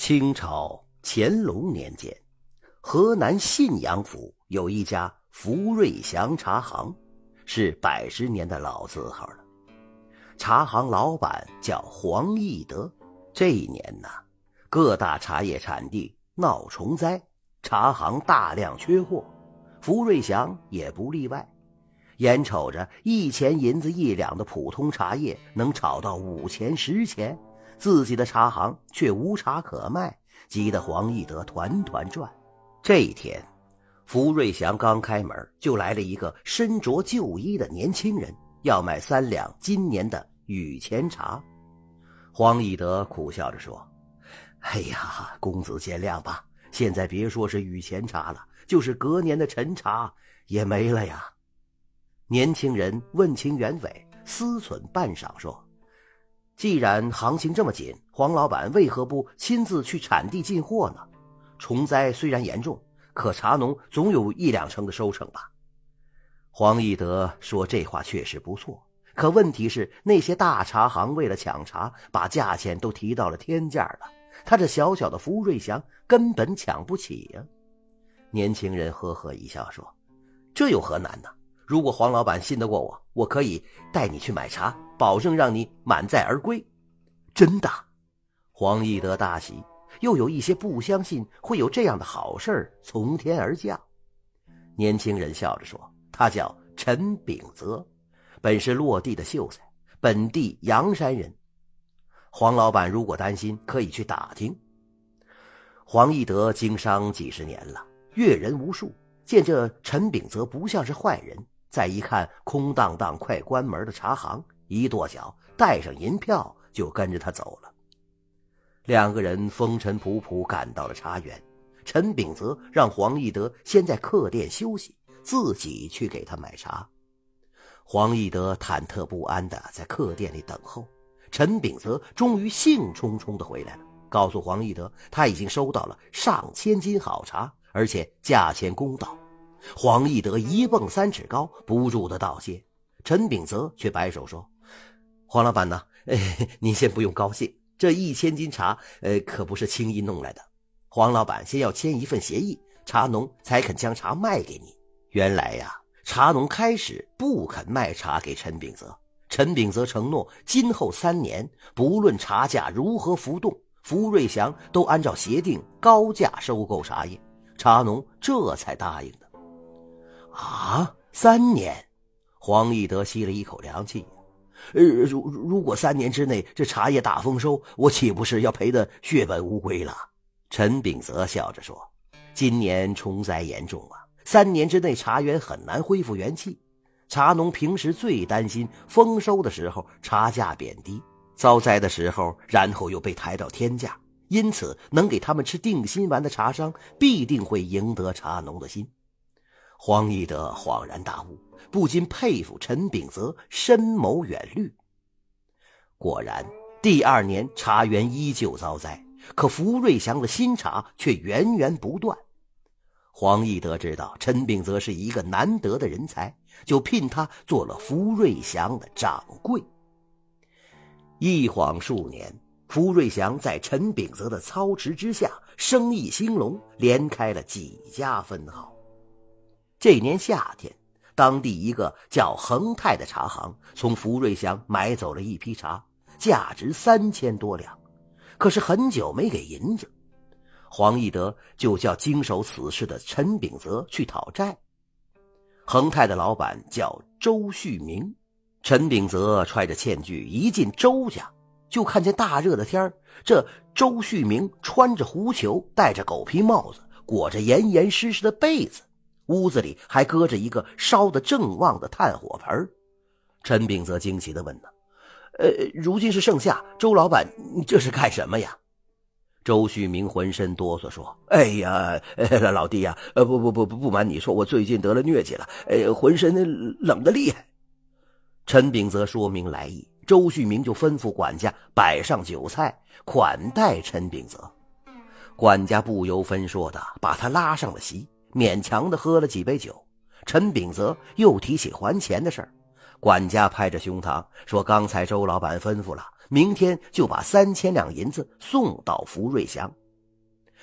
清朝乾隆年间，河南信阳府有一家福瑞祥茶行，是100年的老字号了。茶行老板叫黄义德。这一年呢，各大茶叶产地闹虫灾，茶行大量缺货，福瑞祥也不例外。眼瞅着1000银子1两的普通茶叶能炒到5钱10钱，自己的茶行却无茶可卖，急得黄义德团团转。这一天，福瑞祥刚开门，就来了一个身着旧衣的年轻人，要买3两今年的雨前茶。黄义德苦笑着说：哎呀，公子见谅吧，现在别说是雨前茶了，就是隔年的陈茶也没了呀。年轻人问清原委，思忖半晌说：既然行情这么紧，黄老板为何不亲自去产地进货呢？虫灾虽然严重，可茶农总有1两成的收成吧。黄义德说这话确实不错，可问题是那些大茶行为了抢茶，把价钱都提到了天价了，他这小小的福瑞祥根本抢不起呀。年轻人呵呵一笑说：这有何难呢？如果黄老板信得过我，我可以带你去买茶，保证让你满载而归。真的？黄义德大喜，又有一些不相信会有这样的好事从天而降。年轻人笑着说：他叫陈秉泽，本是落地的秀才，本地阳山人。黄老板如果担心，可以去打听。黄义德经商几十年了，阅人无数，见这陈秉泽不像是坏人，再一看空荡荡快关门的茶行，一跺脚带上银票就跟着他走了。2个人风尘仆仆赶到了茶园，陈秉泽让黄义德先在客店休息，自己去给他买茶。黄义德忐忑不安地在客店里等候，陈秉泽终于兴冲冲地回来了，告诉黄义德他已经收到了上千斤好茶，而且价钱公道。黄义德一蹦3尺高，不住地道谢。陈秉泽却摆手说：黄老板呢，您先不用高兴，这1000斤茶可不是轻易弄来的，黄老板先要签一份协议，茶农才肯将茶卖给你。原来呀，茶农开始不肯卖茶给陈秉泽，陈秉泽承诺今后3年不论茶价如何浮动，福瑞祥都按照协定高价收购茶叶，茶农这才答应的。啊，3年？黄义德吸了一口凉气。如果3年之内这茶叶大丰收，我岂不是要赔得血本无归了？陈秉泽笑着说：今年虫灾严重啊，3年之内茶园很难恢复元气。茶农平时最担心丰收的时候茶价贬低，遭灾的时候然后又被抬到天价，因此能给他们吃定心丸的茶商必定会赢得茶农的心。黄义德恍然大悟，不禁佩服陈秉泽深谋远虑。果然第2年茶园依旧遭灾，可福瑞祥的新茶却源源不断。黄义德知道陈秉泽是一个难得的人才，就聘他做了福瑞祥的掌柜。一晃数年，福瑞祥在陈秉泽的操持之下生意兴隆，连开了几家分号。这年夏天，当地一个叫恒泰的茶行从福瑞祥买走了一批茶，价值3000多两，可是很久没给银子。黄义德就叫经手此事的陈秉泽去讨债。恒泰的老板叫周旭明，陈秉泽揣着欠据一进周家，就看见大热的天，这周旭明穿着狐裘，戴着狗皮帽子，裹着严严实实的被子，屋子里还搁着一个烧得正旺的炭火盆。陈秉泽惊奇地问呢：如今是盛夏，周老板你这是干什么呀？周旭明浑身哆嗦说：哎呀，老弟呀，不瞒你说，我最近得了疟疾了，浑身冷得厉害。陈秉泽说明来意，周旭明就吩咐管家摆上酒菜款待陈秉泽。管家不由分说的把他拉上了席，勉强的喝了几杯酒。陈秉泽又提起还钱的事儿，管家拍着胸膛说：刚才周老板吩咐了，明天就把3000两银子送到福瑞祥。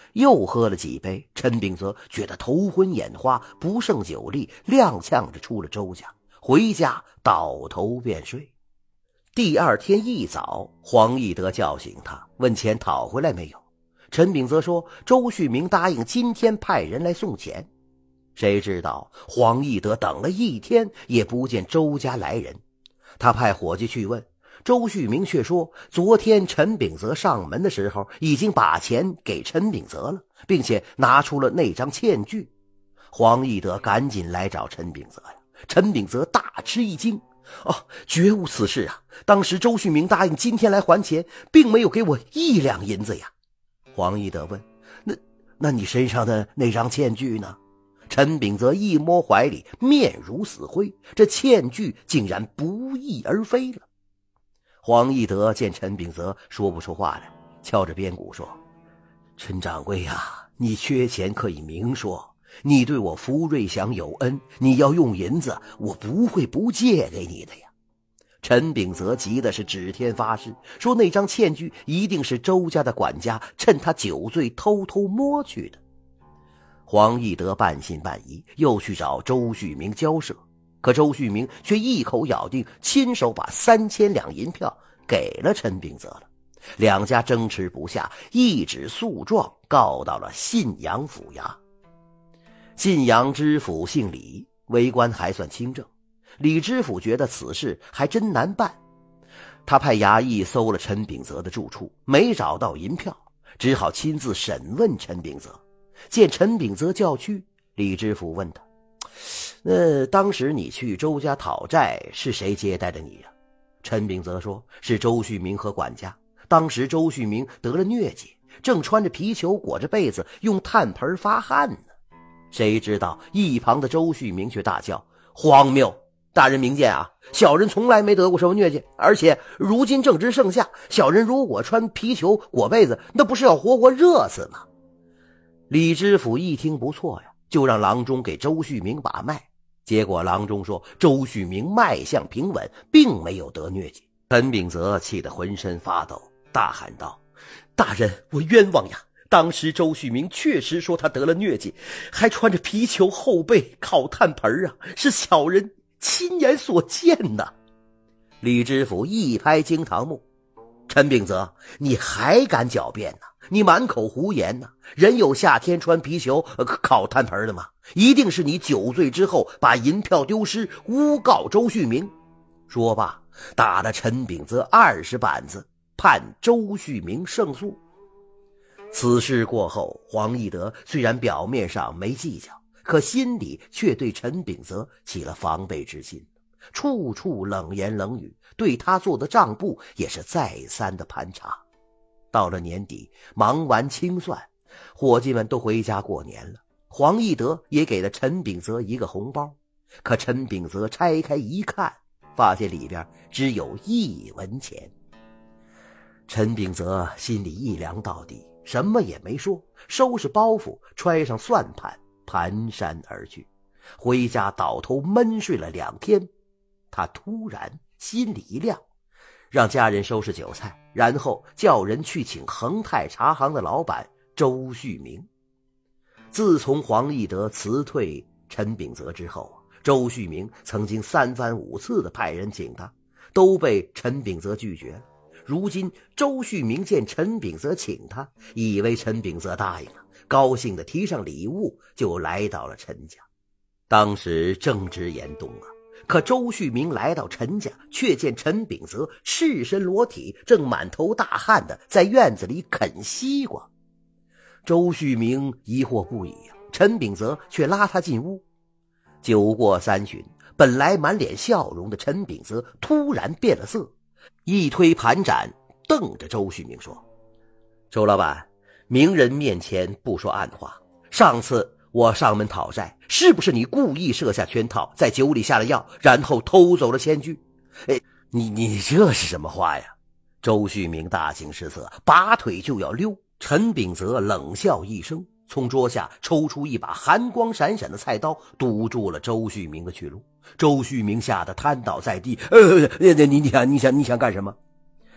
又喝了几杯，陈秉则觉得头昏眼花，不胜酒力，踉跄着出了周家，回家倒头便睡。第二天一早，黄义德叫醒他，问钱讨回来没有。陈秉则说周旭明答应今天派人来送钱。谁知道黄义德等了一天也不见周家来人，他派伙计去问，周旭明却说昨天陈秉则上门的时候已经把钱给陈秉则了，并且拿出了那张欠据。黄义德赶紧来找陈秉则呀，陈秉则大吃一惊，绝无此事啊！当时周旭明答应今天来还钱，并没有给我1两银子呀。黄义德问，那你身上的那张欠据呢？陈秉则一摸怀里，面如死灰，这欠据竟然不翼而飞了。黄义德见陈秉则说不出话来，敲着边鼓说，陈掌柜呀，你缺钱可以明说，你对我福瑞祥有恩，你要用银子，我不会不借给你的呀。陈秉则急的是指天发誓，说那张欠据一定是周家的管家趁他酒醉偷偷摸去的。黄义德半信半疑，又去找周旭明交涉，可周旭明却一口咬定亲手把3000两银票给了陈秉则了。两家争持不下，一纸诉状告到了信阳府衙。信阳知府姓李，为官还算清正。李知府觉得此事还真难办，他派衙役搜了陈秉则的住处，没找到银票，只好亲自审问陈秉则。见陈秉则叫屈，李知府问他，当时你去周家讨债是谁接待的你呀？陈秉则说，是周旭明和管家。当时周旭明得了疟疾，正穿着皮球裹着被子用炭盆发汗呢。谁知道一旁的周旭明却大叫，荒谬！大人明鉴啊，小人从来没得过什么疟疾，而且如今正值盛夏，小人如果穿皮球裹被子，那不是要活活热死吗？李知府一听不错呀，就让郎中给周旭明把脉，结果郎中说周旭明脉象平稳，并没有得疟疾。陈秉则气得浑身发抖，大喊道，大人，我冤枉呀！当时周旭明确实说他得了疟疾，还穿着皮球后背烤炭盆啊，是小人亲眼所见呐！李知府一拍惊堂木，陈秉则，你还敢狡辩呢？你满口胡言呢！人有夏天穿皮球烤炭盆的吗？一定是你酒醉之后把银票丢失，诬告周旭明。说罢，打了陈秉则20板子，判周旭明胜诉。此事过后，黄义德虽然表面上没计较，可心里却对陈秉则起了防备之心，处处冷言冷语，对他做的账簿也是再三的盘查。到了年底，忙完清算，伙计们都回家过年了，黄义德也给了陈秉则一个红包，可陈秉则拆开一看，发现里边只有1文钱。陈秉则心里一凉到底，什么也没说，收拾包袱，揣上算盘，蹒跚而去。回家倒头闷睡了2天，他突然心里一亮，让家人收拾酒菜，然后叫人去请恒泰茶行的老板周旭明。自从黄义德辞退陈秉则之后，周旭明曾经3番5次的派人请他，都被陈秉则拒绝了。如今周旭明见陈秉则请他，以为陈秉则答应了，高兴地提上礼物，就来到了陈家。当时正值严冬啊，可周旭明来到陈家，却见陈秉则赤身裸体，正满头大汗的在院子里啃西瓜。周旭明疑惑不已啊，陈秉则却拉他进屋。酒过3巡，本来满脸笑容的陈秉则突然变了色，一推盘盏，瞪着周旭明说，周老板，明人面前不说暗话，上次我上门讨债，是不是你故意设下圈套，在酒里下了药，然后偷走了钱据？你这是什么话呀？周旭明大惊失色，拔腿就要溜。陈秉则冷笑一声，从桌下抽出一把寒光闪闪的菜刀，堵住了周旭明的去路。周旭明吓得瘫倒在地，你想干什么？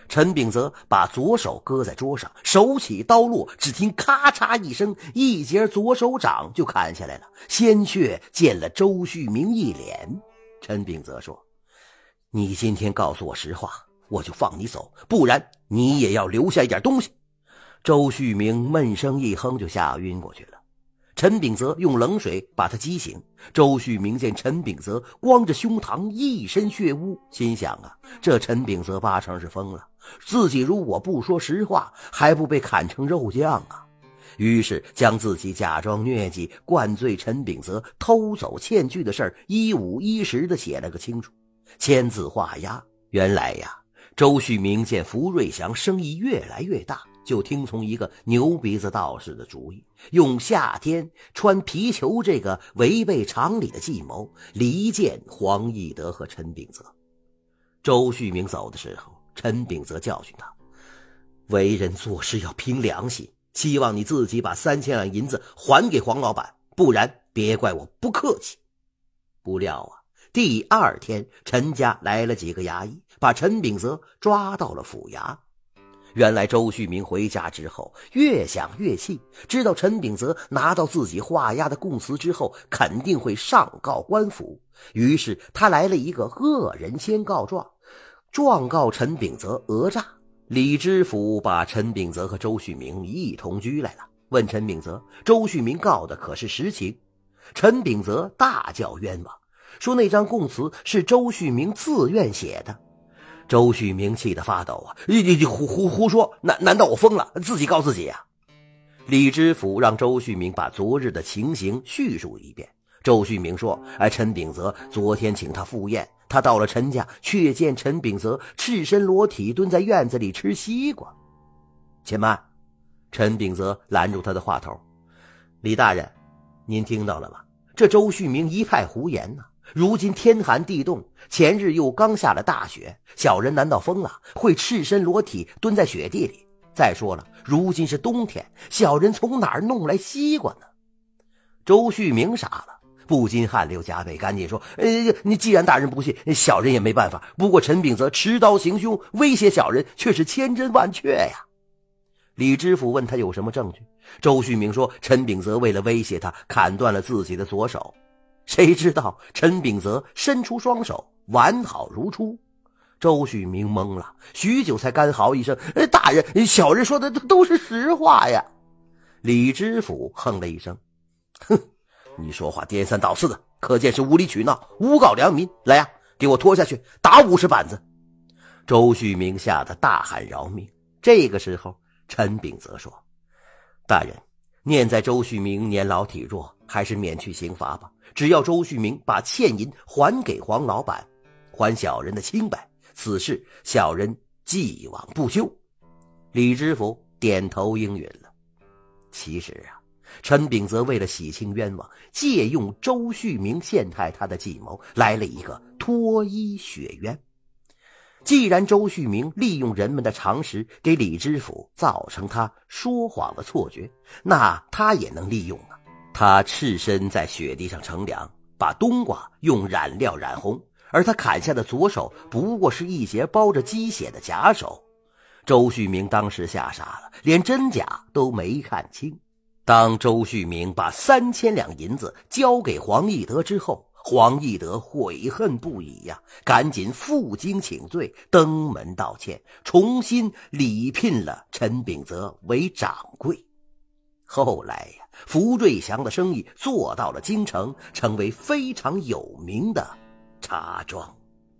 陈秉则把左手搁在桌上，手起刀落，只听咔嚓一声，一截左手掌就砍下来了，鲜血溅了周旭明一脸。陈秉则说：“你今天告诉我实话，我就放你走，不然你也要留下一点东西。”周旭明闷声一哼，就吓晕过去了。陈秉则用冷水把他激醒。周旭明见陈秉则光着胸膛，一身血污，心想啊，这陈秉则八成是疯了，自己如果不说实话，还不被砍成肉酱啊。于是将自己假装疟疾灌醉陈秉则偷走欠据的事儿一五一十地写了个清楚，签字画押。原来呀，周旭明见福瑞祥生意越来越大，就听从一个牛鼻子道士的主意，用夏天穿皮球这个违背常理的计谋离间黄义德和陈秉则。周旭明走的时候，陈秉则教训他：“为人做事要凭良心，希望你自己把3000两银子还给黄老板，不然别怪我不客气。”不料啊，第2天陈家来了几个衙役，把陈秉则抓到了府衙。原来周旭明回家之后越想越气，知道陈秉则拿到自己画押的供词之后肯定会上告官府，于是他来了一个恶人先告状，状告陈秉则讹诈。李知府把陈秉则和周旭明一同拘来了，问陈秉则周旭明告的可是实情。陈秉则大叫冤枉，说那张供词是周旭明自愿写的。周旭明气得发抖啊！你胡说！难道我疯了？自己告自己啊！李知府让周旭明把昨日的情形叙述一遍。周旭明说：“陈秉则昨天请他赴宴，他到了陈家，却见陈秉则赤身裸体蹲在院子里吃西瓜。”且慢，陈秉则拦住他的话头：“李大人，您听到了吗？这周旭明一派胡言呢。如今天寒地冻，前日又刚下了大雪，小人难道疯了，会赤身裸体蹲在雪地里？再说了，如今是冬天，小人从哪儿弄来西瓜呢？”周旭明傻了，不禁汗流浃背，赶紧说：“你既然大人不信，小人也没办法。不过陈秉则持刀行凶，威胁小人，却是千真万确呀。”李知府问他有什么证据，周旭明说陈秉则为了威胁他，砍断了自己的左手。谁知道陈秉则伸出双手，完好如初。周旭明懵了，许久才干嚎一声：“大人，小人说的都是实话呀。”李知府哼了一声：“哼，你说话颠三倒四的，可见是无理取闹，诬告良民。来呀，给我拖下去，打50板子。”周旭明吓得大喊饶命。这个时候陈秉则说：“大人，念在周旭明年老体弱，还是免去刑罚吧。只要周旭明把欠银还给黄老板，还小人的清白，此事小人既往不咎。”李知府点头应允了。其实啊，陈秉则为了洗清冤枉，借用周旭明陷害他的计谋，来了一个脱衣雪冤。既然周旭明利用人们的常识给李知府造成他说谎的错觉，那他也能利用啊。他赤身在雪地上乘凉，把冬瓜用染料染红，而他砍下的左手不过是一截包着鸡血的假手。周旭明当时吓傻了，连真假都没看清。当周旭明把3000两银子交给黄义德之后，黄义德悔恨不已呀，赶紧负荆请罪，登门道歉，重新礼聘了陈秉则为掌柜。后来呀，福瑞祥的生意做到了京城，成为非常有名的茶庄。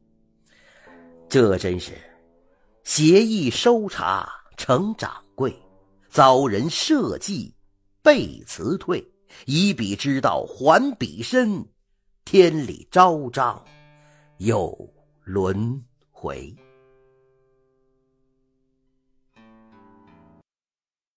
这真是协议收茶成掌柜，遭人设计被辞退，以彼之道还彼身，天理昭彰又轮回。